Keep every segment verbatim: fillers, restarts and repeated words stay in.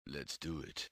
Let's do it.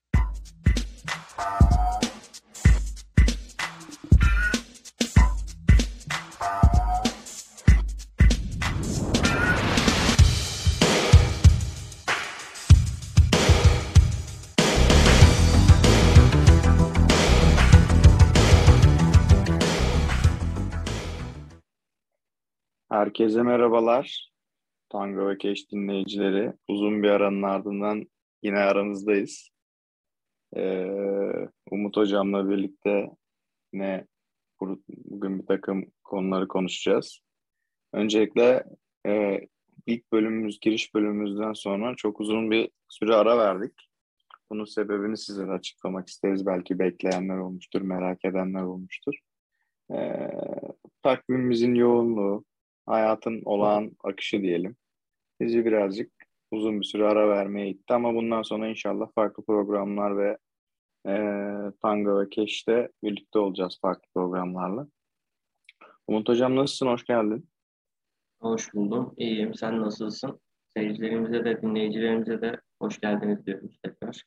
Herkese merhabalar. Tango ve Keş dinleyicileri. Uzun bir aranın ardından yine aramızdayız. Ee, Umut Hocam'la birlikte yine bu- bugün bir takım konuları konuşacağız. Öncelikle e, ilk bölümümüz, giriş bölümümüzden sonra çok uzun bir süre ara verdik. Bunun sebebini size de açıklamak isteriz. Belki bekleyenler olmuştur, merak edenler olmuştur. Ee, Takvimimizin yoğunluğu, hayatın olağan akışı diyelim. Bizi birazcık uzun bir süre ara vermeye itti ama bundan sonra inşallah farklı programlar ve e, Tango ve Keş'te birlikte olacağız farklı programlarla. Umut Hocam nasılsın? Hoş geldin. Hoş buldum. İyiyim. Sen nasılsın? Seyircilerimize de dinleyicilerimize de hoş geldiniz diyoruz tekrar.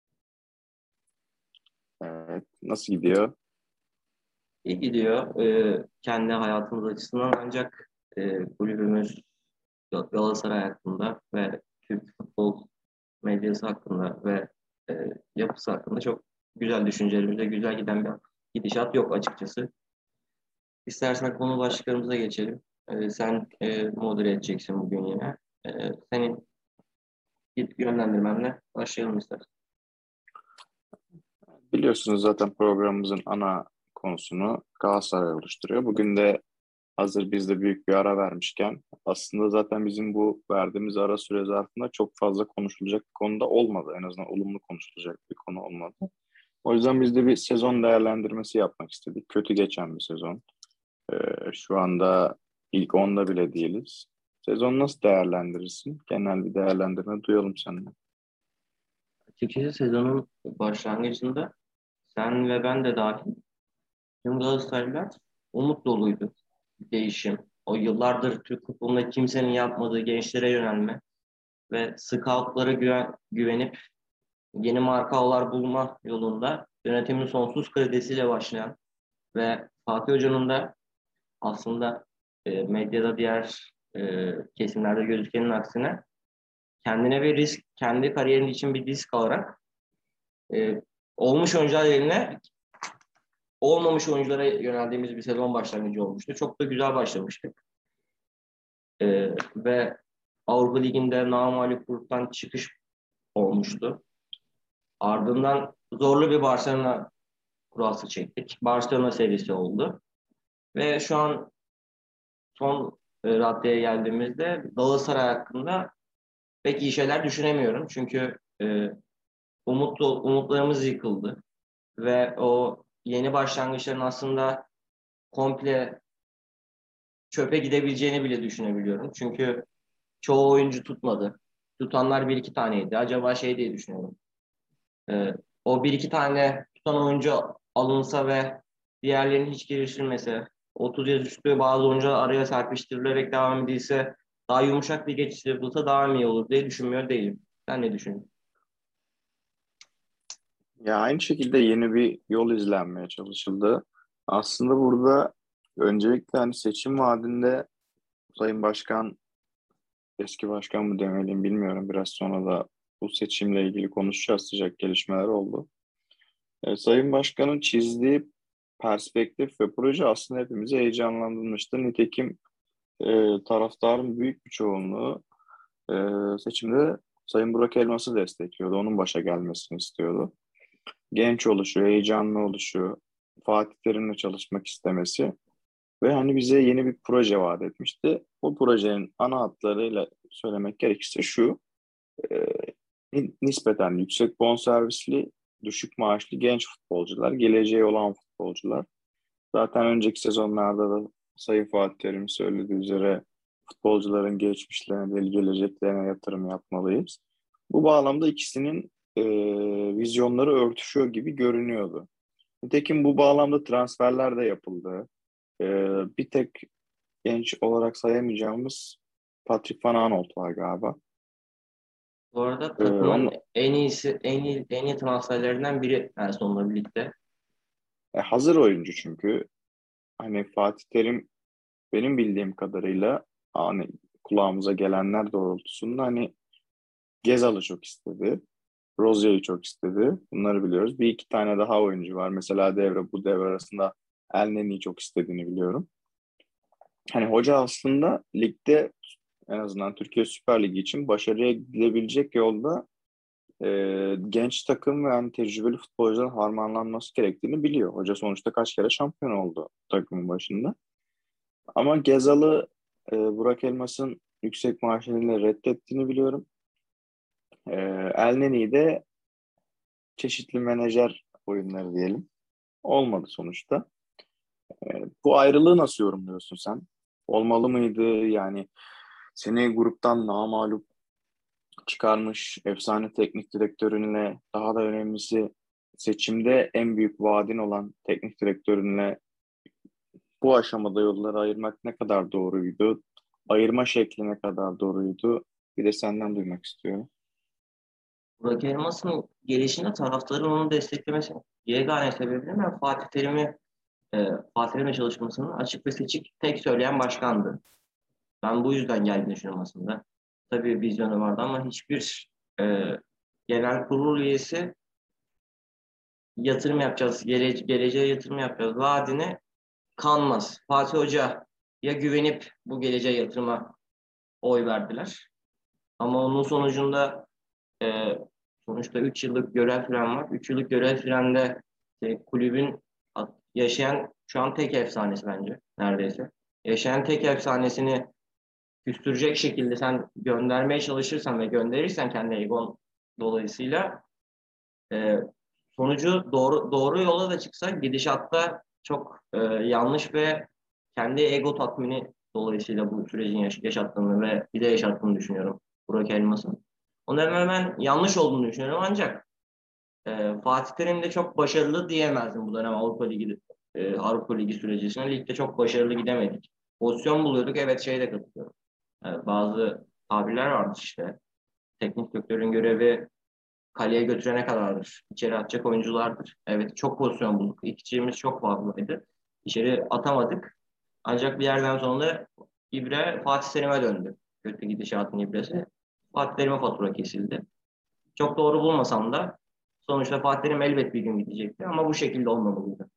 Evet, nasıl gidiyor? İyi gidiyor. Ee, kendi hayatımız açısından ancak e, kulübümüz Gal- Galatasaray hakkında ve Türk futbol medyası hakkında ve e, yapısı hakkında çok güzel düşüncelerimize güzel giden bir gidişat yok açıkçası. İstersen konu başlıklarımıza geçelim. Ee, sen e, modere edeceksin bugün yine. Ee, senin yönlendirmenle başlayalım istersen. Biliyorsunuz zaten programımızın ana konusunu Galatasaray oluşturuyor. Bugün de hazır biz de büyük bir ara vermişken aslında zaten bizim bu verdiğimiz ara süre zarfında çok fazla konuşulacak bir konuda olmadı. En azından olumlu konuşulacak bir konu olmadı. O yüzden biz de bir sezon değerlendirmesi yapmak istedik. Kötü geçen bir sezon. Ee, şu anda ilk onda bile değiliz. Sezonu nasıl değerlendirirsin? Genel bir değerlendirme duyalım senden. Açıkçası sezonun başlangıcında sen ve ben de dahil tüm Galatasaraylılar umut doluydu. Değişim, o yıllardır Türk futbolunda kimsenin yapmadığı gençlere yönelme ve scoutlara güven, güvenip yeni markalar bulma yolunda yönetimin sonsuz kredisiyle başlayan ve Fatih Hoca'nın da aslında e, medyada diğer e, kesimlerde gözükenin aksine kendine bir risk, kendi kariyerin için bir risk alarak e, olmuş oyuncular yerine olmamış oyunculara yöneldiğimiz bir sezon başlangıcı olmuştu. Çok da güzel başlamıştık. Ee, ve Avrupa Ligi'nde namağlup gruptan çıkış olmuştu. Ardından zorlu bir Barcelona kurası çektik. Barcelona serisi oldu. Ve şu an son e, raddeye geldiğimizde Galatasaray hakkında pek iyi şeyler düşünemiyorum. Çünkü e, umutlu, umutlarımız yıkıldı. Ve o yeni başlangıçların aslında komple çöpe gidebileceğini bile düşünebiliyorum. Çünkü çoğu oyuncu tutmadı. Tutanlar bir iki taneydi. Acaba şey diye düşünüyorum. Ee, o bir iki tane tutan oyuncu alınsa ve diğerlerinin hiç geliştirilmese, otuz yaş üstü bazı oyuncular araya serpiştirilerek devam edilse, daha yumuşak bir geçiş yapılsa daha mı iyi olur diye düşünmüyor değilim. Sen ne düşünüyorsun? Ya aynı şekilde yeni bir yol izlenmeye çalışıldı. Aslında burada öncelikle hani seçim vaadinde Sayın Başkan, eski başkan mı demeliyim bilmiyorum. Biraz sonra da bu seçimle ilgili konuşacağız. Sıcak gelişmeler oldu. E, Sayın Başkan'ın çizdiği perspektif ve proje aslında hepimizi heyecanlandırmıştı. Nitekim e, taraftarın büyük bir çoğunluğu e, seçimde Sayın Burak Elmas'ı destekliyordu. Onun başa gelmesini istiyordu. Genç oluşu, heyecanlı oluşu, Fatih Terim'le çalışmak istemesi ve hani bize yeni bir proje vaat etmişti. Bu projenin ana hatlarıyla söylemek gerekirse şu: e, nispeten yüksek bonservisli, düşük maaşlı genç futbolcular, geleceği olan futbolcular. Zaten önceki sezonlarda da Sayın Fatih Terim söylediği üzere futbolcuların geçmişlerine değil geleceklerine yatırım yapmalıyız. Bu bağlamda ikisinin e, vizyonları örtüşüyor gibi görünüyordu. Nitekim bu bağlamda transferler de yapıldı. E, Bir tek genç olarak sayamayacağımız Patrick Van Aanholt var galiba. Bu arada Ee, takımın onu, en iyisi, en iyi, en iyi transferlerinden biri Erson'la birlikte. e, hazır oyuncu çünkü. Hani Fatih Terim benim bildiğim kadarıyla hani kulağımıza gelenler doğrultusunda hani Gezal'ı çok istedi. Rozier'i çok istedi. Bunları biliyoruz. Bir iki tane daha oyuncu var. Mesela devre bu devre arasında El Neni'yi çok istediğini biliyorum. Hani hoca aslında ligde en azından Türkiye Süper Ligi için başarıya gidebilecek yolda e, genç takım ve yani tecrübeli futbolcuların harmanlanması gerektiğini biliyor. Hoca sonuçta kaç kere şampiyon oldu takımın başında. Ama Gezal'ı e, Burak Elmas'ın yüksek maaşıyla reddettiğini biliyorum. E, El Neni'yi de çeşitli menajer oyunları diyelim. Olmadı sonuçta. E, bu ayrılığı nasıl yorumluyorsun sen? Olmalı mıydı? Yani seni gruptan namağlup çıkarmış efsane teknik direktörünle daha da önemlisi seçimde en büyük vaadin olan teknik direktörünle bu aşamada yolları ayırmak ne kadar doğruydu? Ayırma şekli ne kadar doğruydu? Bir de senden duymak istiyorum. Burak Elmas'ın gelişinde taraftarın onu desteklemesi yegane sebebini ben Fatih Terim'i e, Fatih Terim'le çalışmasını açık ve seçik tek söyleyen başkandı. Ben bu yüzden geldiğini düşünüyorum aslında. Tabii vizyonu vardı ama hiçbir e, genel kurul üyesi yatırım yapacağız, gele, geleceğe yatırım yapacağız vaadine kanmaz. Fatih Hoca ya güvenip bu geleceğe yatırıma oy verdiler. Ama onun sonucunda e, sonuçta üç yıllık görev süren var. üç yıllık görev sürende e, kulübün yaşayan şu an tek efsanesi bence neredeyse. Yaşayan tek efsanesini küstürecek şekilde sen göndermeye çalışırsan ve gönderirsen kendi egon dolayısıyla e, sonucu doğru doğru yola da çıksa gidişatta çok e, yanlış ve kendi ego tatmini dolayısıyla bu sürecin yaş- yaşattığını ve bir de yaşattığını düşünüyorum Burak Elmas'ın. Onun hemen ben yanlış olduğunu düşünüyorum ancak e, Fatih Terim de çok başarılı diyemezdim bu dönem Avrupa Ligi e, Avrupa Ligi sürecinde. Ligde çok başarılı gidemedik. Pozisyon buluyorduk. Evet şeye de katılıyorum. E, bazı tabirler vardır işte. Teknik direktörün görevi kaleye götürene kadardır. İçeri atacak oyunculardır. Evet çok pozisyon bulduk. İçimiz çok fazlaydı. İçeri atamadık. Ancak bir yerden sonra İbre Fatih Terim'e döndü. Kötü gidişatın ibresi. Fatih Terim'e fatura kesildi. Çok doğru bulmasam da sonuçta Fatih Terim elbet bir gün gidecekti ama bu şekilde olmamalıydı.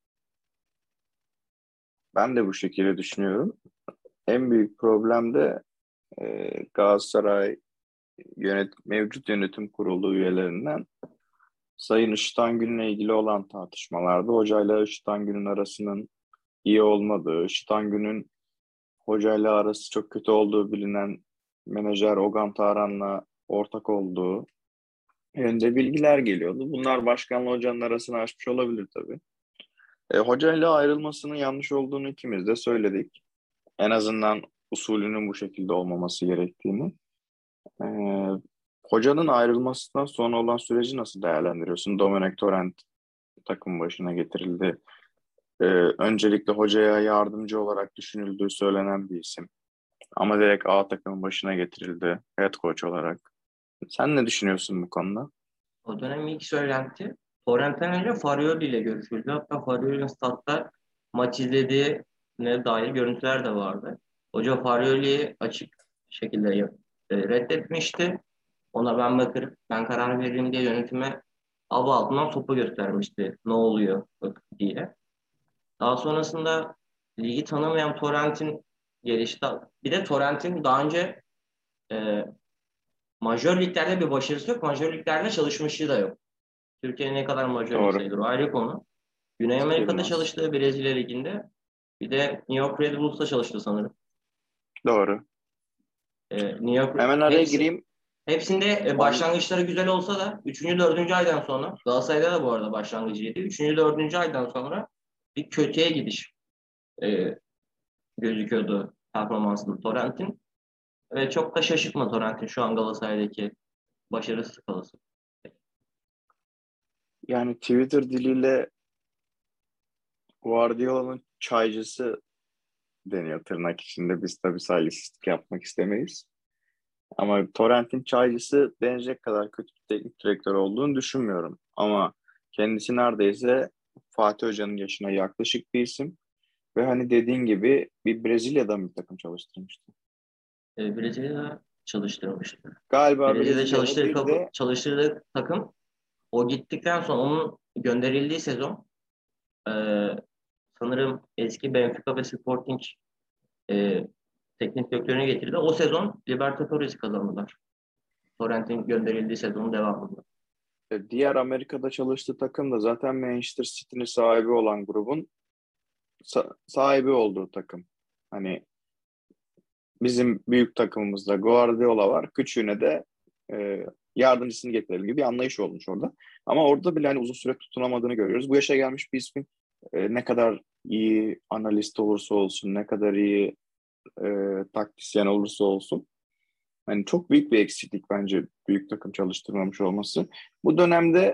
Ben de bu şekilde düşünüyorum. En büyük problem de e, Galatasaray yönet mevcut yönetim kurulu üyelerinden Sayın Işıtan Gün'le ilgili olan tartışmalarda hocayla Işıtan Gün'ün arasının iyi olmadığı, Işıtan Gün'ün hocayla arası çok kötü olduğu bilinen menajer Ogan Taran'la ortak olduğu yönde bilgiler geliyordu. Bunlar başkanla hocanın arasını açmış olabilir tabii. E, hocayla ayrılmasının yanlış olduğunu ikimiz de söyledik. En azından usulünün bu şekilde olmaması gerektiğini. E, hocanın ayrılmasından sonra olan süreci nasıl değerlendiriyorsun? Domenech Torrent takım başına getirildi. E, öncelikle hocaya yardımcı olarak düşünüldüğü söylenen bir isim. Ama direkt A takımın başına getirildi head coach olarak. Sen ne düşünüyorsun bu konuda? O dönem ilk söylenti Torrent'ten önce Farioli ile görüşüldü. Hatta Farioli'nin statta maç izlediğine dair görüntüler de vardı. Hoca Farioli'yi açık şekilde e, reddetmişti. Ona ben bakarım, ben karar veririm diye yönetime av altından topu göstermişti. Ne oluyor bak diye. Daha sonrasında ligi tanımayan Torrent'in gelişti. Bir de Torrent'in daha önce e, majör liglerde bir başarısı yok. Majör liglerde çalışmışlığı da yok. Türkiye'nin ne kadar majör lig Doğru. sayılır o ayrı konu. Güney Amerika'da Sayılmaz. çalıştığı Brezilya Ligi'nde bir de New York Red Bulls'ta çalıştı sanırım. Doğru. E, New York Hemen araya hepsi gireyim. hepsinde e, Son başlangıçları güzel olsa da üçüncü dördüncü aydan sonra Galatasaray'da da bu arada başlangıcı iyiydi. üçüncü dördüncü aydan sonra bir kötüye gidiş e, gözüküyordu performansının Torrent'in. Ve çok da şaşırtma Torrent'in şu an Galatasaray'daki başarısı skalası. yani Twitter diliyle Guardiola'nın çaycısı deniyor tırnak içinde. Biz tabii saygısızlık yapmak istemeyiz. Ama Torrent'in çaycısı denecek kadar kötü bir teknik direktör olduğunu düşünmüyorum. Ama kendisi neredeyse Fatih Hoca'nın yaşına yaklaşık bir isim. Ve hani dediğin gibi bir Brezilya'dan bir takım çalıştırmıştı. E, Brezilya'da çalıştırmıştı. Galiba Brezilya'da Brezilya'da çalıştığı, bir kapı, de çalıştırdığı takım o gittikten sonra onun gönderildiği sezon e, sanırım eski Benfica ve Sporting e, teknik direktörünü getirdi. O sezon Libertadores kazandılar. Torrent'in gönderildiği sezonun devamında. e, diğer Amerika'da çalıştığı takım da zaten Manchester City'nin sahibi olan grubun sa- sahibi olduğu takım. Hani bizim büyük takımımızda Guardiola var. Küçüğüne de e, yardımcısını getirelim gibi bir anlayış olmuş orada. Ama orada bile hani uzun süre tutunamadığını görüyoruz. Bu yaşa gelmiş bir ismin e, ne kadar iyi analist olursa olsun, ne kadar iyi e, taktisyen olursa olsun. Hani çok büyük bir eksiklik bence büyük takım çalıştırmamış olması. Bu dönemde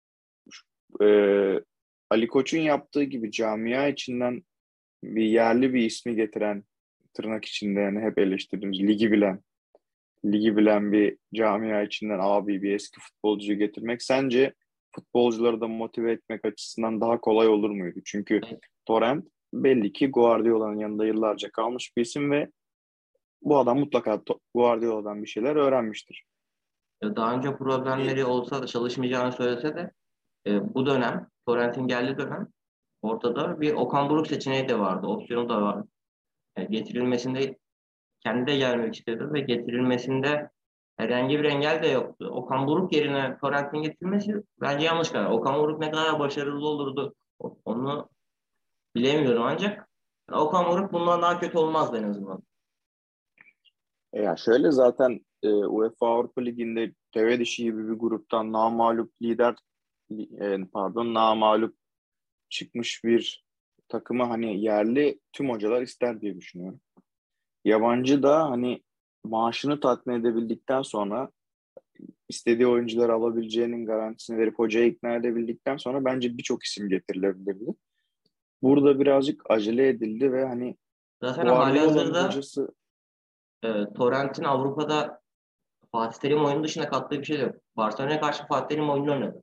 e, Ali Koç'un yaptığı gibi camia içinden bir yerli bir ismi getiren, tırnak içinde yani hep eleştirdiğimiz ligi bilen, ligi bilen bir camia içinden abi bir eski futbolcuyu getirmek sence futbolcuları da motive etmek açısından daha kolay olur muydu? Çünkü Torrent belli ki Guardiola'nın yanında yıllarca kalmış bir isim ve bu adam mutlaka To- Guardiola'dan bir şeyler öğrenmiştir. E, Daha önce problemleri olsa da çalışmayacağını söylese de e, bu dönem, Torrent'in geldiği dönem ortada bir Okan Buruk seçeneği de vardı, opsiyonu da vardı. E, getirilmesinde kendi de gelmek istedi ve getirilmesinde herhangi bir engel de yoktu. Okan Buruk yerine Torrent'in getirilmesi bence yanlış karar. Okan Buruk ne kadar başarılı olurdu onu bilemiyorum ancak Okan Buruk bundan daha kötü olmazdı en azından. E ya şöyle zaten e, UEFA Avrupa Ligi'nde deve dişi gibi bir gruptan namağlup lider e, pardon namağlup çıkmış bir takımı hani yerli tüm hocalar ister diye düşünüyorum. Yabancı da hani maaşını tatmin edebildikten sonra istediği oyuncuları alabileceğinin garantisini verip hocayı ikna edebildikten sonra bence birçok isim getirilebilirdi. Burada birazcık acele edildi ve hani Zaten Guardiola'nın halihazırda hocası e, Torrent'in Avrupa'da Fatih Terim oyunu dışında kattığı bir şey de yok. Barcelona'ya karşı Fatih Terim oyunu oynadı.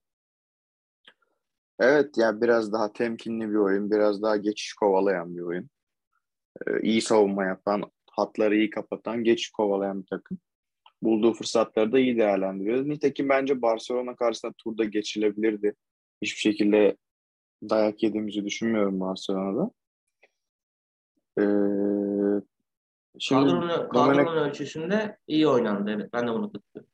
evet ya biraz daha temkinli bir oyun, biraz daha geçiş kovalayan bir oyun. Ee, iyi savunma yapan, hatları iyi kapatan, geçiş kovalayan bir takım. Bulduğu fırsatları da iyi değerlendiriyor. Nitekim bence Barcelona karşısında turda geçilebilirdi. Hiçbir şekilde dayak yediğimizi düşünmüyorum Barcelona'da. Ee, şimdi Kadronun, Domenech kadronun ölçüsünde iyi oynandı. Evet, ben de bunu katılıyorum.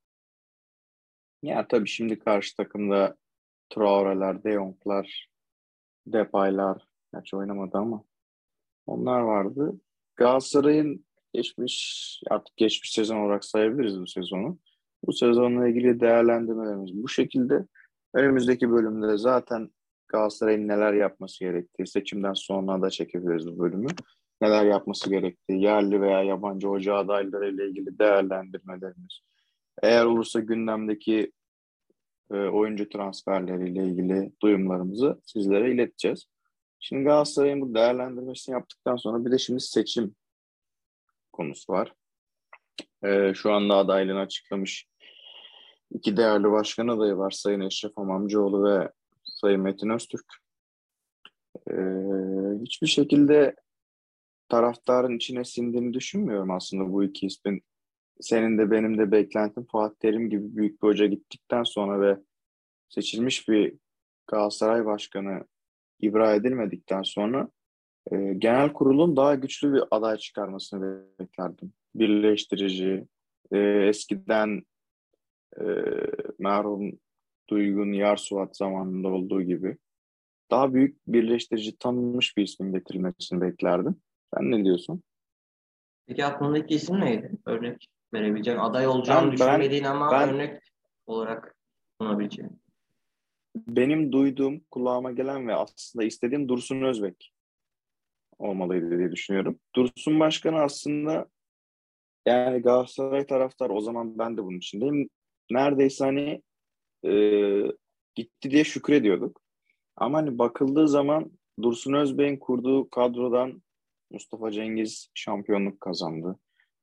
ya tabii şimdi karşı takımda Traore'ler, De Jong'lar, Depay'lar gerçi oynamadı ama onlar vardı. Galatasaray'ın geçmiş artık geçmiş sezon olarak sayabiliriz bu sezonu. Bu sezonla ilgili değerlendirmelerimiz bu şekilde. Önümüzdeki bölümde zaten Galatasaray'ın neler yapması gerektiği, seçimden sonra da çekebiliriz bu bölümü. Neler yapması gerektiği, yerli veya yabancı hoca adayları ile ilgili değerlendirmelerimiz. Eğer olursa gündemdeki e, oyuncu transferleriyle ilgili duyumlarımızı sizlere ileteceğiz. Şimdi Galatasaray'ın bu değerlendirmesini yaptıktan sonra bir de şimdi seçim konusu var. E, şu anda adaylığını açıklamış iki değerli başkan adayı var. Sayın Eşref Amamcıoğlu ve Sayın Metin Öztürk. E, hiçbir şekilde taraftarın içine sindiğini düşünmüyorum aslında bu iki ismin. Senin de benim de beklentim Fatih Terim gibi büyük bir hoca gittikten sonra ve seçilmiş bir Galatasaray başkanı ibra edilmedikten sonra e, genel kurulun daha güçlü bir aday çıkarmasını beklerdim. Birleştirici, e, eskiden e, merhum Duygun Yarsuat zamanında olduğu gibi daha büyük birleştirici tanınmış bir ismin getirilmesini beklerdim. Sen ne diyorsun? Peki aklındaki isim neydi? Örnek verebileceğin, aday olacağını Ben ben düşünmediğin ama ben örnek olarak sunabileceğin. benim duyduğum, kulağıma gelen ve aslında istediğim Dursun Özbek olmalıydı diye düşünüyorum. Dursun Başkanı aslında yani Galatasaray taraftar o zaman ben de bunun içindeyim. Neredeyse hani e, gitti diye şükrediyorduk. Ama hani bakıldığı zaman Dursun Özbek'in kurduğu kadrodan Mustafa Cengiz şampiyonluk kazandı.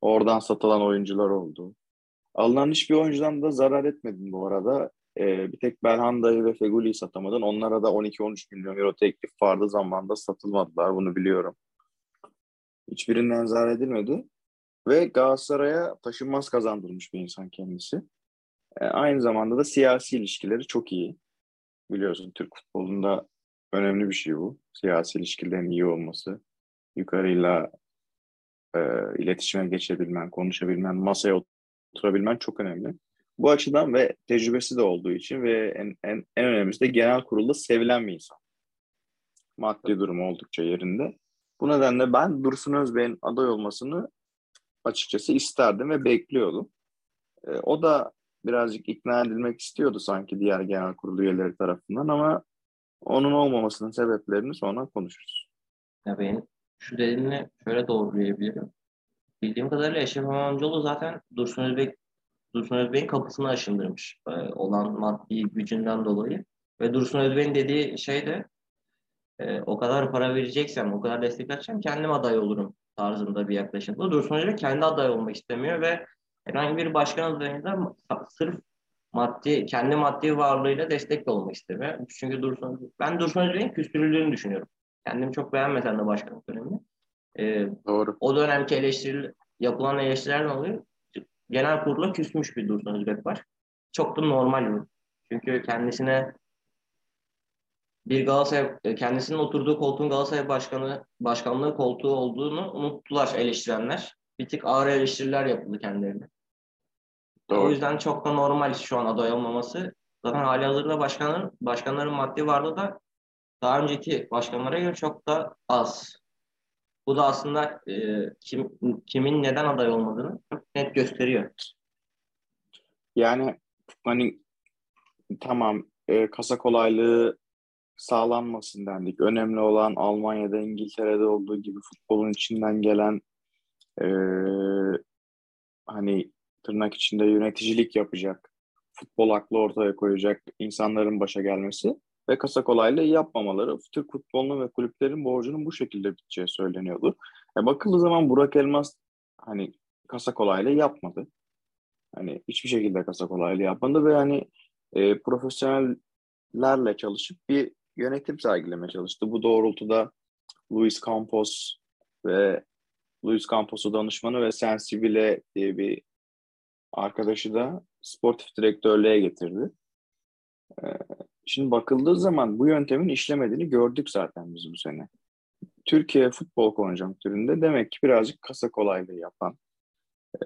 Oradan satılan oyuncular oldu. Alınan hiçbir oyuncudan da zarar etmedin bu arada. Ee, bir tek Belhanda'yı ve Fegüli'yi satamadın. Onlara da on iki on üç milyon euro teklif vardı, zamanında satılmadılar. Bunu biliyorum. Hiçbirinden zarar edilmedi. Ve Galatasaray'a taşınmaz kazandırmış bir insan kendisi. Ee, aynı zamanda da siyasi ilişkileri çok iyi. Biliyorsun Türk futbolunda önemli bir şey bu. Siyasi ilişkilerin iyi olması. Yukarıyla e, iletişime geçebilmen, konuşabilmen, masaya oturabilmen çok önemli. Bu açıdan ve tecrübesi de olduğu için ve en, en, en önemlisi de genel kurulda sevilen bir insan. Maddi durumu oldukça yerinde. Bu nedenle ben Dursun Özbek'in aday olmasını açıkçası isterdim ve bekliyordum. E, o da birazcık ikna edilmek istiyordu sanki diğer genel kurul üyeleri tarafından, ama onun olmamasının sebeplerini sonra konuşuruz. Ya benim şu dediğini şöyle doğrulayabilirim. Bildiğim kadarıyla Eşref Amamcıoğlu zaten Dursun Özbek Dursun Özbek'in kapısını aşındırmış e, olan maddi gücünden dolayı. Ve Dursun Özbek'in dediği şey de e, o kadar para vereceksem, o kadar destek açacağım, kendim aday olurum tarzında bir yaklaşımda. Dursun Özbek kendi aday olmak istemiyor ve herhangi bir başkan adayında sırf maddi, kendi maddi varlığıyla destek de olmak istemiyor. Çünkü Dursun, ben Dursun Özbek'in küstürüldüğünü düşünüyorum. Kendimi çok beğenmesem de başkanlık dönemini. E, Doğru. O dönemki eleştiri, yapılan eleştirilerden dolayı genel kurula küsmüş bir Dursun Özbek var. Çok da normal bu. Çünkü kendisine bir Galatasaray, e, kendisinin oturduğu koltuğun Galatasaray başkanı, başkanlığı koltuğu olduğunu unuttular eleştirenler. Bir tık ağır eleştiriler yapıldı kendilerine. O Doğru. yüzden çok da normal şu an aday olmaması. Zaten halihazırda başkanların, başkanların maddi varlığı da daha önceki başkanlara göre çok da az. Bu da aslında e, kim, kimin neden aday olmadığını çok net gösteriyor. Yani hani tamam, e, kasa kolaylığı sağlanmasın dendik. Önemli olan Almanya'da, İngiltere'de olduğu gibi futbolun içinden gelen e, hani tırnak içinde yöneticilik yapacak, futbol aklı ortaya koyacak insanların başa gelmesi ve kasa kolaylığı yapmamaları, Türk futbolunun ve kulüplerin borcunun bu şekilde biteceği söyleniyordu. E, bakıldığı zaman Burak Elmas hani kasa kolaylığı yapmadı. Hani hiçbir şekilde kasa kolaylığı yapmadı ve hani e, profesyonellerle çalışıp bir yönetim sergilemeye çalıştı. Bu doğrultuda Luis Campos ve Luis Campos'u danışmanı ve Sensibile diye bir arkadaşı da sportif direktörlüğe getirdi. E, Şimdi bakıldığı zaman bu yöntemin işlemediğini gördük zaten biz bu sene. Türkiye futbol konjonktüründe demek ki birazcık kasa kolaylığı yapan, e,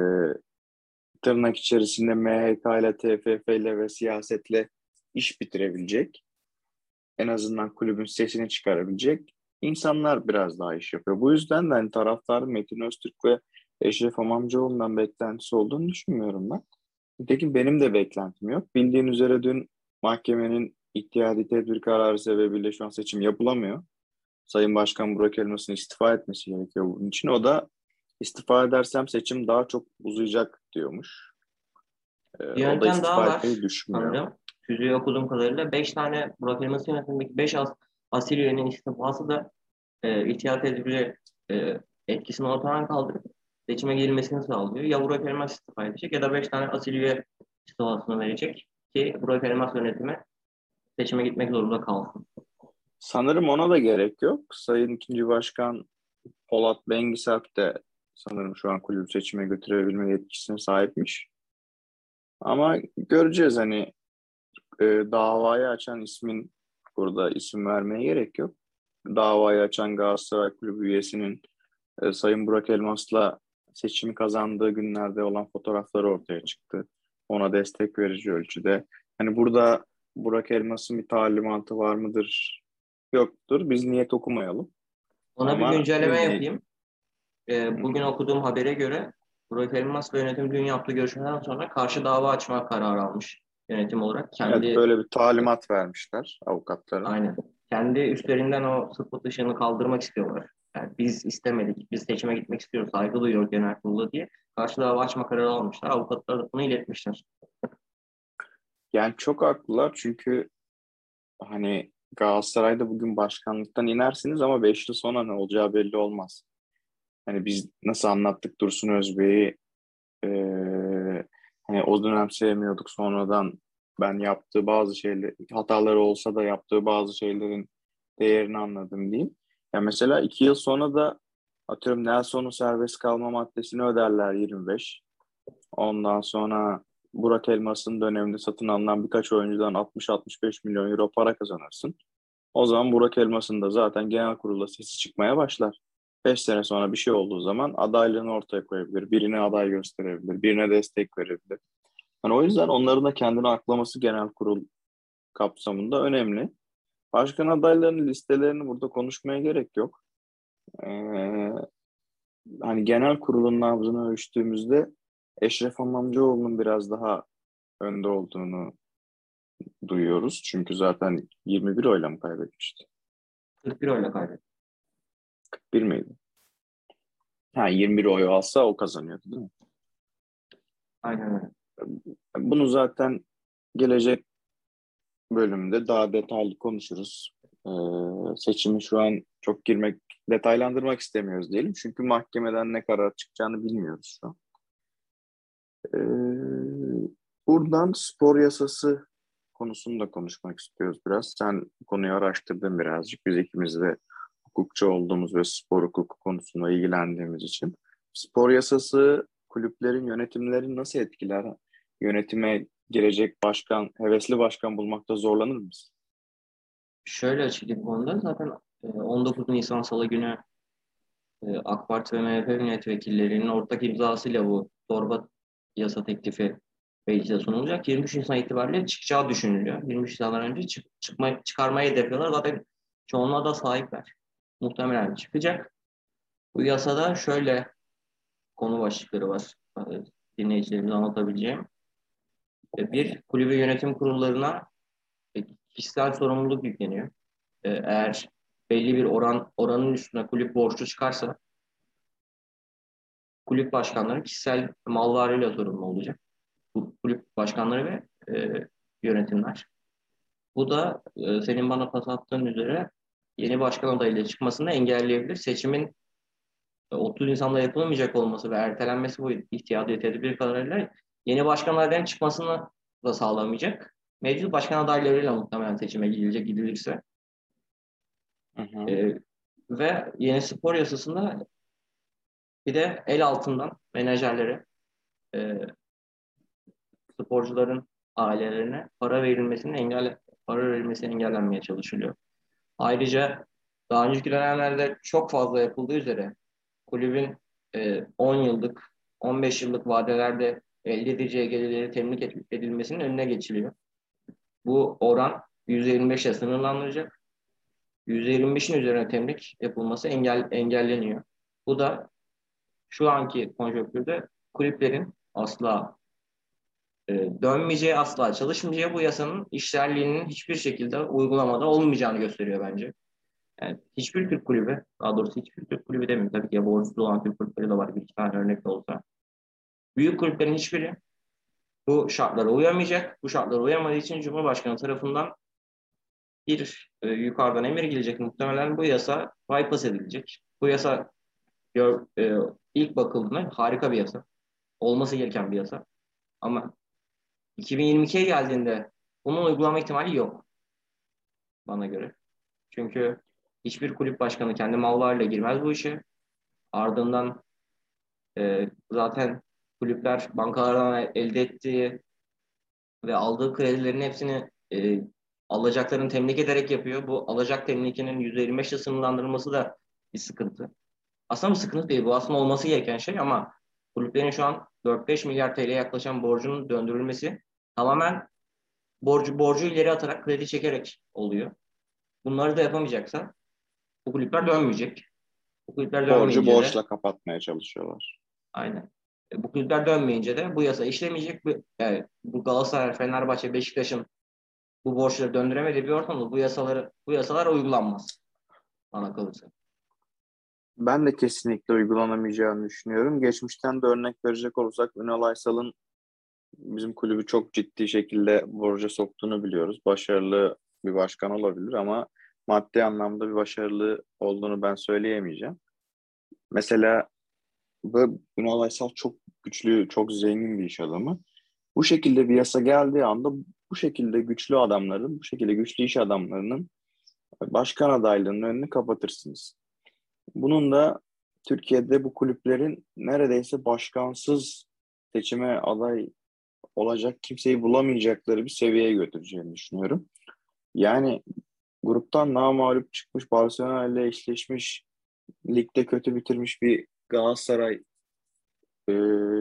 tırnak içerisinde M H K ile, T F F ile ve siyasetle iş bitirebilecek, en azından kulübün sesini çıkarabilecek insanlar biraz daha iş yapıyor. Bu yüzden de hani taraftarın Metin Öztürk ve Eşref Amamcıoğlu'ndan beklentisi olduğunu düşünmüyorum ben. Nitekim benim de beklentim yok. Bildiğin üzere dün mahkemenin ihtiyati tedbir kararı sebebiyle şu an seçim yapılamıyor. Sayın Başkan Burak Elmas'ın istifa etmesi gerekiyor bunun için. O da istifa edersem seçim daha çok uzayacak diyormuş. Ee, Bir o da yöntem daha istifa etmeyi var düşünmüyor. sanırım. Tüzüğü okuduğum kadarıyla beş tane Burak Elmas yönetimindeki beş as asil üyenin istifası da e, ihtiyat tedbiri e, etkisini ortadan kaldırıp seçime girilmesini sağlıyor. Ya Burak Elmas istifa edecek ya da beş tane asil üye istifasını verecek ki Burak Elmas yönetimi seçime gitmek zorunda kalsın. Sanırım ona da gerek yok. Sayın ikinci Başkan Polat Bengiselp de sanırım şu an kulübü seçime götürebilme yetkisine sahipmiş. Ama göreceğiz hani, e, davayı açan ismin, burada isim vermeye gerek yok. Davayı açan Galatasaray Kulübü üyesinin e, Sayın Burak Elmas'la seçimi kazandığı günlerde olan fotoğrafları ortaya çıktı. Ona destek verici ölçüde. Hani burada Burak Elmas'ın bir talimatı var mıdır? Yoktur. Biz niyet okumayalım. Ona bir Ama güncelleme biz niyet... yapayım. Hı E, bugün hı. okuduğum habere göre Burak Elmas ve yönetim dün yaptığı görüşmeden sonra karşı dava açma kararı almış yönetim olarak. Evet, Kendi böyle bir talimat vermişler avukatlara. Aynen. Kendi üstlerinden o sıfır ışığını kaldırmak istiyorlar. Yani biz istemedik, biz seçime gitmek istiyoruz, saygı duyuyoruz genel kurulu diye. Karşı dava açma kararı almışlar. Avukatlar da bunu iletmişler. Yani çok haklılar çünkü hani Galatasaray'da bugün başkanlıktan inersiniz ama beş yıl sonra ne olacağı belli olmaz. hani biz nasıl anlattık Dursun Özbek'i, e, hani o dönem sevmiyorduk, sonradan ben yaptığı bazı şeyler, hataları olsa da yaptığı bazı şeylerin değerini anladım diyeyim. Ya mesela iki yıl sonra da atıyorum Nelson'un serbest kalma maddesini öderler yirmi beş. Ondan sonra Burak Elmas'ın döneminde satın alınan birkaç oyuncudan altmış altmış beş milyon euro para kazanırsın. O zaman Burak Elmas'ın da zaten genel kurulda sesi çıkmaya başlar. Beş sene sonra bir şey olduğu zaman adaylığını ortaya koyabilir. Birine aday gösterebilir. Birine destek verebilir. Yani o yüzden onların da kendini aklaması genel kurul kapsamında önemli. Başkan adaylarının listelerini burada konuşmaya gerek yok. Ee, Hani genel kurulun nabzını ölçtüğümüzde Eşref Amamcıoğlu'nun biraz daha önde olduğunu duyuyoruz. Çünkü zaten yirmi bir oyla mı kaybetmişti? kırk bir oyla kaybetti. Bir miydi? Ha, yirmi bir oy alsa o kazanıyordu değil mi? Aynen öyle. Bunu zaten gelecek bölümde daha detaylı konuşuruz. Ee, seçimi şu an çok girmek, detaylandırmak istemiyoruz diyelim. Çünkü mahkemeden ne karar çıkacağını bilmiyoruz şu an. Ee, Buradan spor yasası konusunu da konuşmak istiyoruz biraz. Sen bu konuyu araştırdın birazcık. Biz ikimiz de hukukçu olduğumuz ve spor hukuku konusunda ilgilendiğimiz için. Spor yasası kulüplerin yönetimlerini nasıl etkiler? Yönetime girecek başkan, hevesli başkan bulmakta zorlanır mısın? Şöyle açıklayayım bu konuda. Zaten e, on dokuz Nisan Salı günü e, AK Parti ve M H P milletvekillerinin ortak imzasıyla bu torba yasa teklifi meclise sunulacak. yirmi üç Nisan itibariyle çıkacağı düşünülüyor. yirmi üç Nisan'dan önce çık, çıkma, çıkarmayı hedefliyorlar. Zaten çoğunluğa da sahipler. Muhtemelen çıkacak. Bu yasada şöyle konu başlıkları var. E, dinleyicilerimize anlatabileceğim. E, bir, kulübü yönetim kurullarına e, kişisel sorumluluk yükleniyor. E, eğer belli bir oran oranın üstüne kulüp borçlu çıkarsa kulüp başkanları kişisel mal varlığıyla sorumlu olacak. Bu kulüp başkanları ve e, yönetimler. Bu da e, senin bana pas attığın üzere yeni başkan adayıyla çıkmasını engelleyebilir. Seçimin e, otuz Nisan'da yapılamayacak olması ve ertelenmesi bu ihtiyadi tedbir kararıyla yeni başkan adayının çıkmasını da sağlamayacak. Mevcut başkan adaylarıyla muhtemelen seçime gidilecek gidilirse. Hı hı. E, ve yeni spor yasasında bir de el altından menajerlere, e, sporcuların ailelerine para verilmesinin engel para verilmesini engellenmeye çalışılıyor. Ayrıca daha önceki dönemlerde çok fazla yapıldığı üzere kulübün e, on yıllık, on beş yıllık vadelerde elde edeceği gelirleri temin edilmesinin önüne geçiliyor. Bu oran yüzde yirmi beş ile sınırlandırılacak. yüzde yirmi beşin üzerine temlik yapılması engel, engelleniyor. Bu da şu anki konjonktürde kulüplerin asla e, dönmeyeceği, asla çalışmayacağı, bu yasanın işlerliğinin hiçbir şekilde uygulamada olmayacağını gösteriyor bence. Yani hiçbir Türk kulübü, daha doğrusu hiçbir Türk kulübü demeyeyim. Tabii ki borçlu olan Türk kulüpleri de var, bir iki tane örnek de olsa. Büyük kulüplerin hiçbiri bu şartlara uyamayacak. Bu şartlara uyamadığı için Cumhurbaşkanı tarafından bir e, yukarıdan emir gelecek. Muhtemelen bu yasa bypass edilecek. Bu yasa gör, e, ilk bakıldığında harika bir yasa. Olması gereken bir yasa. Ama iki bin yirmi ikiye geldiğinde bunun uygulama ihtimali yok bana göre. Çünkü hiçbir kulüp başkanı kendi mal varlığıyla girmez bu işe. Ardından e, zaten kulüpler bankalardan elde ettiği ve aldığı kredilerin hepsini e, alacaklarını temlik ederek yapıyor. Bu alacak temlikinin yüzde yirmi beşle sınırlandırılması da bir sıkıntı. Aslında bir sıkıntı değil. Bu aslında olması gereken şey ama kulüplerin şu an dört beş milyar T L'ye yaklaşan borcunun döndürülmesi tamamen borcu, borcu ileri atarak kredi çekerek oluyor. Bunları da yapamayacaksa bu kulüpler dönmeyecek. Bu kulüpler Borcu dönmeyince de borçla kapatmaya çalışıyorlar. aynen. E, Bu kulüpler dönmeyince de bu yasa işlemeyecek. Bu, yani bu Galatasaray, Fenerbahçe, Beşiktaş'ın bu borçları döndüremediği bir ortamda bu yasaları bu yasalar uygulanmaz bana kalırsa. Ben de kesinlikle uygulanamayacağını düşünüyorum. Geçmişten de örnek verecek olursak Ünal Aysal'ın bizim kulübü çok ciddi şekilde borca soktuğunu biliyoruz. Başarılı bir başkan olabilir ama maddi anlamda bir başarılı olduğunu ben söyleyemeyeceğim. Mesela Ve Ünal Aysal çok güçlü, çok zengin bir iş adamı. Bu şekilde bir yasa geldiği anda bu şekilde güçlü adamların, bu şekilde güçlü iş adamlarının başkan adaylığının önünü kapatırsınız. Bunun da Türkiye'de bu kulüplerin neredeyse başkansız seçime aday olacak kimseyi bulamayacakları bir seviyeye götüreceğini düşünüyorum. Yani gruptan namağlup çıkmış, Barcelona ile eşleşmiş, ligde kötü bitirmiş bir Galatasaray e,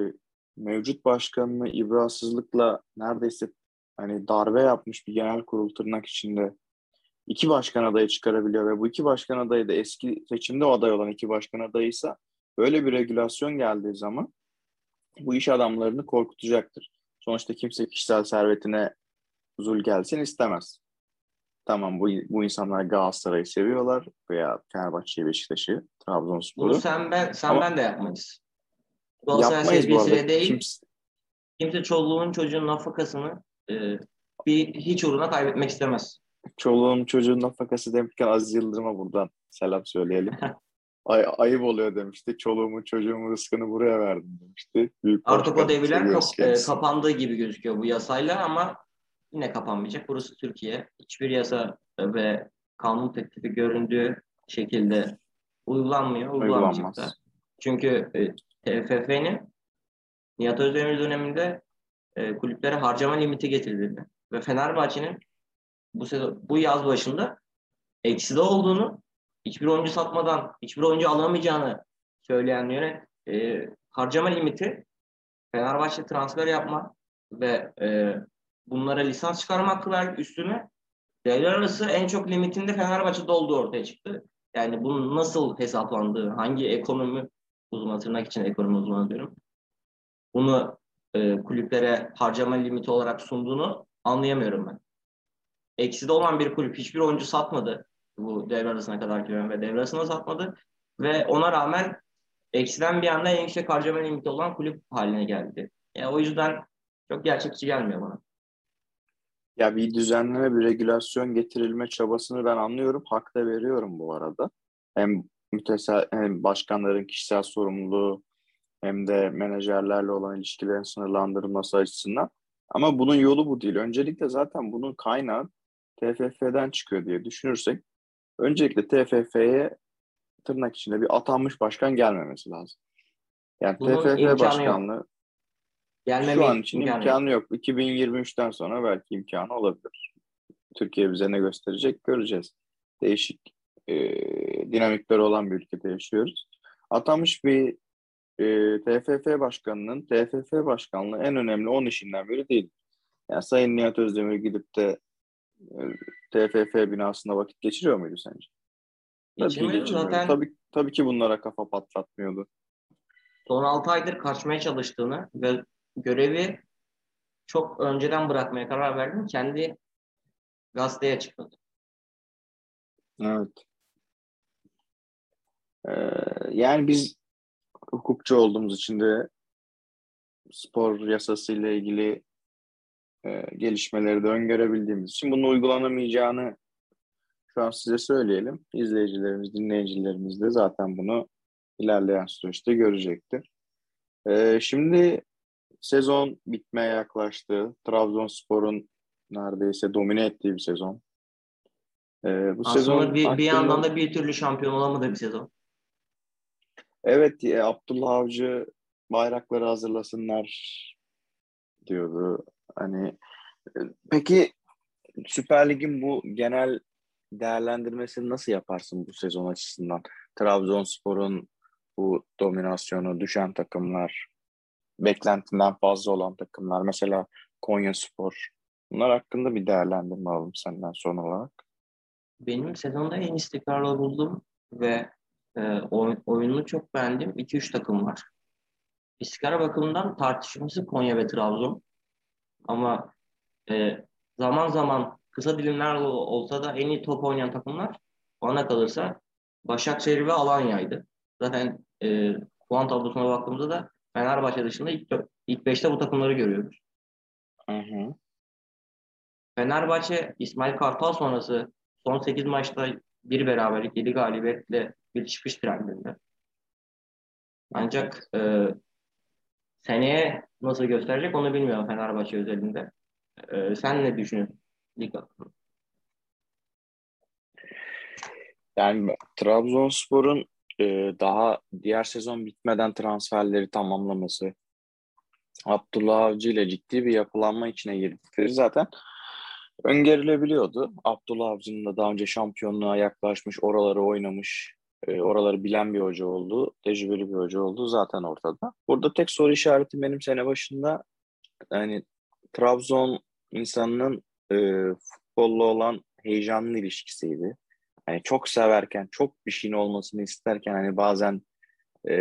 mevcut başkanını ibrasızlıkla neredeyse hani darbe yapmış bir genel kurul tırnak içinde iki başkan adayı çıkarabiliyor ve bu iki başkan adayı da eski seçimde aday olan iki başkan adayıysa böyle bir regülasyon geldiği zaman bu iş adamlarını korkutacaktır. Sonuçta kimse kişisel servetine zul gelsin istemez. Tamam, bu, bu insanlar Galatasaray'ı seviyorlar veya Fenerbahçe'yi, Beşiktaş'ı, Bunu Trabzonspor'u. sen ben sen Ama ben de yapmayız. Galatasaray yapmayız bu arada. sevgisiyle değil, Kimse, kimse çoluğun çocuğun nafakasını e, bir hiç uğruna kaybetmek istemez. çoluğun çocuğun nafakası demişken Aziz Yıldırım'a buradan selam söyleyelim. Ay, ayıp oluyor demişti. Çoluğumun çocuğumun rızkını buraya verdim demişti. Büyük Artık o başkan. devirler Seviyoruz kap- e, kendisini. kapandığı gibi gözüküyor bu yasayla ama yine kapanmayacak. Burası Türkiye. Hiçbir yasa ve kanun teklifi göründüğü şekilde uygulanmıyor, uygulanmayacak da. Uygulanmaz. Çünkü e, T F F'nin Nihat Özdemir döneminde e, kulüplere harcama limiti getirildi. Ve Fenerbahçe'nin bu sezon, bu yaz başında ekside olduğunu, hiçbir oyuncu satmadan hiçbir oyuncu alamayacağını söyleyen yönet e, harcama limiti Fenerbahçe transfer yapma ve e, bunlara lisans çıkarma hakkı verdi üstüne. Devler arası en çok limitinde Fenerbahçe'de olduğu ortaya çıktı. Yani bunun nasıl hesaplandığı, hangi ekonomi uzmanı, tırnak için ekonomi uzmanı diyorum, bunu e, kulüplere harcama limiti olarak sunduğunu anlayamıyorum ben. Ekside olan bir kulüp hiçbir oyuncu satmadı bu devre arasına kadar giren ve devre arasına satmadı ve ona rağmen eksiden bir anda en yüksek harcama limiti olan kulüp haline geldi. Yani o yüzden çok gerçekçi gelmiyor bana. Ya bir düzenleme, bir regülasyon getirilme çabasını ben anlıyorum. Hak da veriyorum bu arada. Hem mütesel, hem başkanların kişisel sorumluluğu hem de menajerlerle olan ilişkilerin sınırlandırılması açısından. Ama bunun yolu bu değil. Öncelikle zaten bunun kaynağı T F F'den çıkıyor diye düşünürsek, öncelikle T F F'ye tırnak içinde bir atanmış başkan gelmemesi lazım. Yani Bunun T F F imkanı yok. başkanlığı şu an Gelmeme için imkanı yok. imkanı yok. iki bin yirmi üçten sonra belki imkanı olabilir. Türkiye bize ne gösterecek göreceğiz. Değişik e, dinamikleri olan bir ülkede yaşıyoruz. Atanmış bir e, T F F başkanının T F F başkanlığı en önemli on işinden biri değil. Yani Sayın Nihat Özdemir gidip de e, T F F binasında vakit geçiriyor muydu sence? Tabii ki Geçirmiyoruz geçirmiyordu. zaten Tabii, tabii ki bunlara kafa patlatmıyordu. son altı aydır kaçmaya çalıştığını ve görevi çok önceden bırakmaya karar verdiğini kendi gazeteye açıkladı. Evet. Ee, yani biz hukukçu olduğumuz için de spor yasası ile ilgili e, gelişmeleri de öngörebildiğimiz için bunun uygulanamayacağını şu an size söyleyelim. İzleyicilerimiz, dinleyicilerimiz de zaten bunu ilerleyen süreçte görecektir. Ee, şimdi sezon bitmeye yaklaştı. Trabzonspor'un neredeyse domine ettiği bir sezon. Ee, bu Aslında sezon bir, bir hakkında yandan da bir türlü şampiyon olamadı bir sezon. evet, e, Abdullah Avcı bayrakları hazırlasınlar diyordu. Hani e, peki Süper Lig'in bu genel değerlendirmesini nasıl yaparsın bu sezon açısından? Trabzonspor'un bu dominasyonu, düşen takımlar, beklentinden fazla olan takımlar, mesela Konyaspor. Bunlar hakkında bir değerlendirme alalım senden son olarak. Benim sezonda en istikrarlı bulduğum ve e, oy- oyununu çok beğendiğim iki üç takım var. İstikrar bakımından tartışması Konya ve Trabzon. Ama e, zaman zaman kısa dilimler ol- olsa da en iyi top oynayan takımlar bana kalırsa Başakşehir ve Alanya'ydı. Zaten e, puan tablosuna baktığımızda da Fenerbahçe dışında ilk, dö- ilk beşte bu takımları görüyoruz. Hı hı. Fenerbahçe İsmail Kartal sonrası son sekiz maçta bir beraberlik, yedi galibiyetle bir çıkış trendinde. Ancak e, seneye nasıl gösterecek onu bilmiyorum Fenerbahçe özelinde. E, sen ne düşünüyorsun lig hakkında? Yani Trabzonspor'un e, daha diğer sezon bitmeden transferleri tamamlaması, Abdullah Avcı ile ciddi bir yapılanma içine girdikleri zaten öngörülebiliyordu. Abdullah Avcı'nın da daha önce şampiyonluğa yaklaşmış, oraları oynamış, e, oraları bilen bir hoca oldu, tecrübeli bir hoca oldu zaten ortada. Burada tek soru işareti benim sene başında yani Trabzon insanının e, futbolla olan heyecanlı ilişkisiydi. Hani çok severken, çok bir şeyin olmasını isterken hani bazen e,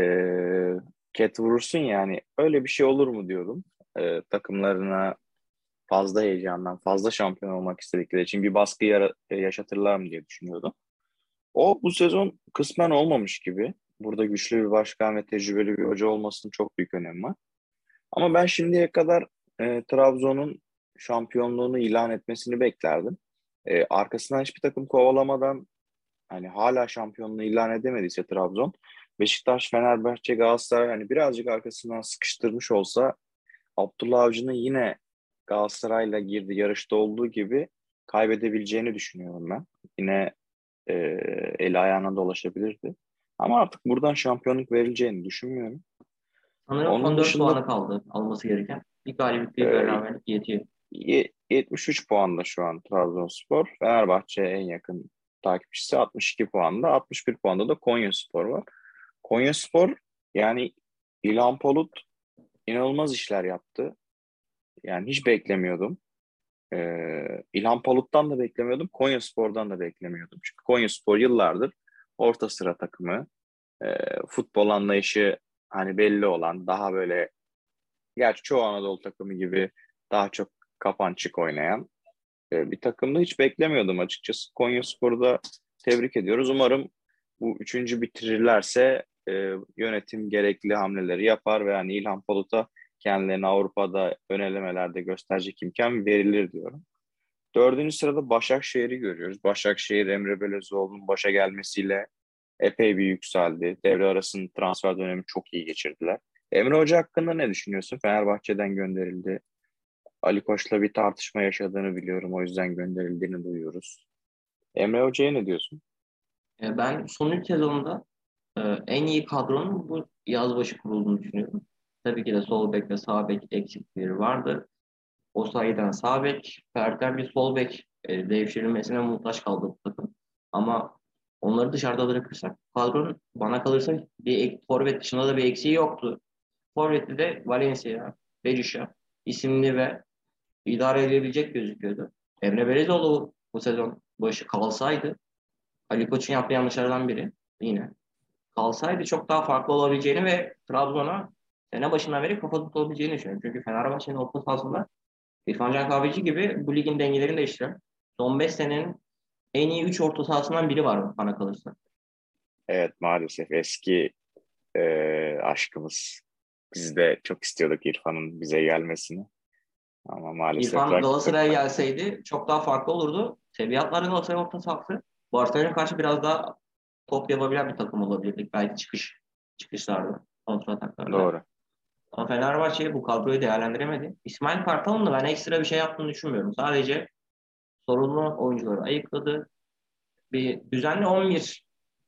ket vurursun yani öyle bir şey olur mu diyordum. E, takımlarına fazla heyecandan, fazla şampiyon olmak istedikleri için bir baskı yara- yaşatırlar mı diye düşünüyordum. O bu sezon kısmen olmamış gibi. Burada güçlü bir başkan ve tecrübeli bir hoca olmasının çok büyük önemi var. Ama ben şimdiye kadar e, Trabzon'un şampiyonluğunu ilan etmesini beklerdim. E, arkasından hiçbir takım kovalamadan hani hala şampiyonluğu ilan edemediyse Trabzon, Beşiktaş, Fenerbahçe, Galatasaray hani birazcık arkasından sıkıştırmış olsa Abdullah Avcı'nın yine Galatasaray'la girdi yarışta olduğu gibi kaybedebileceğini düşünüyorum ben. Yine e, eli ayağına dolaşabilirdi. Ama artık buradan şampiyonluk verileceğini düşünmüyorum. Sanırım son Onun dört dışında puanı kaldı alması gereken. Bir galibiyet bir e, beraberlik yetiyor. ye- yetmiş üç puanda şu an Trabzonspor. Fenerbahçe en yakın takipçisi altmış iki puanda. altmış bir puanda da Konyaspor var. Konyaspor yani İlhan Palut inanılmaz işler yaptı. Yani hiç beklemiyordum. Ee, İlhan Palut'tan da beklemiyordum. Konyaspor'dan da beklemiyordum. Çünkü Konyaspor yıllardır orta sıra takımı. Ee, futbol anlayışı hani belli olan daha böyle gerçi çoğu Anadolu takımı gibi daha çok kapançık oynayan e, bir takımda hiç beklemiyordum açıkçası. Konyaspor'u da tebrik ediyoruz. Umarım bu üçüncü bitirirlerse e, yönetim gerekli hamleleri yapar ve hani İlhan Palut'a kendilerini Avrupa'da ön elemelerde gösterecek imkan verilir diyorum. Dördüncü sırada Başakşehir'i görüyoruz. Başakşehir Emre Belözoğlu'nun başa gelmesiyle epey bir yükseldi. Devre arasının transfer dönemi çok iyi geçirdiler. Emre Hoca hakkında ne düşünüyorsun? Fenerbahçe'den gönderildi. Ali Koç'la bir tartışma yaşadığını biliyorum. O yüzden gönderildiğini duyuyoruz. Emre Hoca'ya ne diyorsun? E, ben son üç sezonda e, en iyi kadronun bu yaz başı kurulduğunu düşünüyorum. Tabii ki de sol bek ve sağ bek eksikleri vardı. O sayeden sağ bek, Ferden bir sol bek e, devşirilmesine muhtaç kaldı bu takım. Ama onları dışarıda bırakırsak kadronun bana kalırsa bir ek, forvet dışında da bir eksiği yoktu. Forvet'te de Valencia, Berisha isimli ve idare edilebilecek gözüküyordu. Emre Belezoğlu bu sezon başı kalsaydı Ali Koç'un yaptığı yanlışlardan biri yine. Kalsaydı çok daha farklı olabileceğini ve Trabzon'a sene başından beri kafa tutabileceğini düşünüyorum. Çünkü Fenerbahçe'nin orta sahasında İrfan Can Kahveci gibi bu ligin dengelerini değiştiren son beş senenin en iyi üç orta sahasından biri var bana kalırsa. Evet maalesef eski e, aşkımız. Biz de çok istiyorduk İrfan'ın bize gelmesini. Ama maalesef İrfan rakip Galatasaray'a gelseydi çok daha farklı olurdu. Seviye atları Galatasaray orta sahası. Barcelona'ya karşı biraz daha top yapabilen bir takım olabilirdik. Belki çıkış çıkışlarda, kontra ataklarda. doğru. Ama Fenerbahçe bu kadroyu değerlendiremedi. İsmail Kartal'ın da ben ekstra bir şey yaptığını düşünmüyorum. Sadece sorunlu oyuncuları ayıkladı. Bir düzenli on bir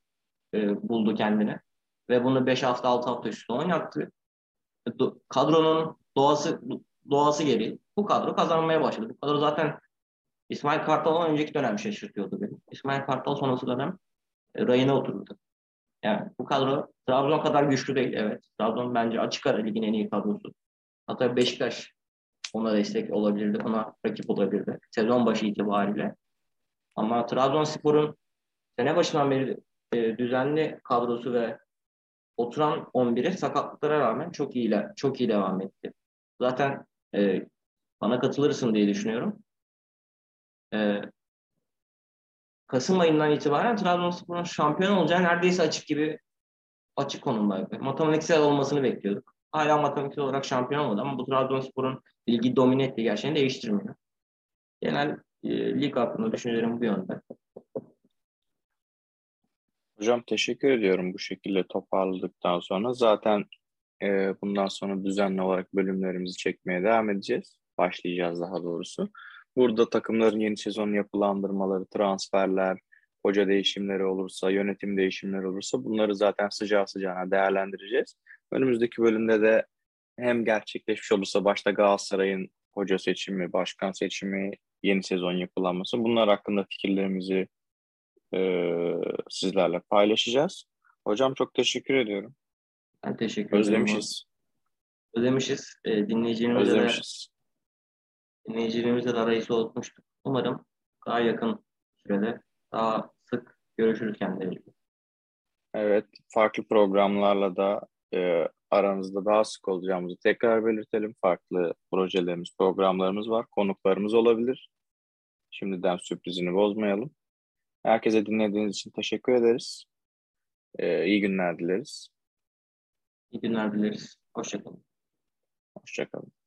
e, buldu kendine. Ve bunu beş hafta altı hafta üstü oynattı. Do- kadronun doğası doğası gereği bu kadro kazanmaya başladı. Bu kadro zaten İsmail Kartal'dan önceki dönem şaşırtıyordu beni. İsmail Kartal sonrası dönem e, rayına oturdu. Yani bu kadro Trabzon kadar güçlü değil. Evet. Trabzon bence açık ara ligin en iyi kadrosu. Hatta Beşiktaş ona destek olabilirdi. Ona rakip olabilirdi. Sezon başı itibariyle. Ama Trabzonspor'un sene başından beri e, düzenli kadrosu ve oturan on biri sakatlıklara rağmen çok iyi çok iyi devam etti. Zaten e, bana katılırsın diye düşünüyorum. E, Kasım ayından itibaren Trabzonspor'un şampiyon olacağı neredeyse açık gibi açık konumdaydı. Matematiksel olmasını bekliyorduk. Hala matematiksel olarak şampiyon olmadı ama bu Trabzonspor'un ligi domine ettiği gerçeğini değiştirmiyor. Genel e, lig hakkında düşüncelerim bu yönde. Hocam teşekkür ediyorum bu şekilde toparladıktan sonra. Zaten e, bundan sonra düzenli olarak bölümlerimizi çekmeye devam edeceğiz. Başlayacağız daha doğrusu. Burada takımların yeni sezon yapılandırmaları, transferler, hoca değişimleri olursa, yönetim değişimleri olursa bunları zaten sıcağı sıcağına değerlendireceğiz. Önümüzdeki bölümde de hem gerçekleşmiş olursa başta Galatasaray'ın hoca seçimi, başkan seçimi, yeni sezon yapılanması bunlar hakkında fikirlerimizi e, sizlerle paylaşacağız. Hocam çok teşekkür ediyorum. Ben teşekkür ederim. Özlemişiz. Ödemişiz. E, dinleyicilerimize de Özlemişiz. dinleyicilerimizle de arayı soğutmuştuk. Umarım daha yakın sürede daha sık görüşürüz kendileriyle. Evet, farklı programlarla da e, aranızda daha sık olacağımızı tekrar belirtelim. Farklı projelerimiz, programlarımız var. Konuklarımız olabilir. Şimdiden sürprizini bozmayalım. Herkese dinlediğiniz için teşekkür ederiz. E, iyi günler dileriz. İyi günler dileriz. Hoşça kalın. Hoşça kalın.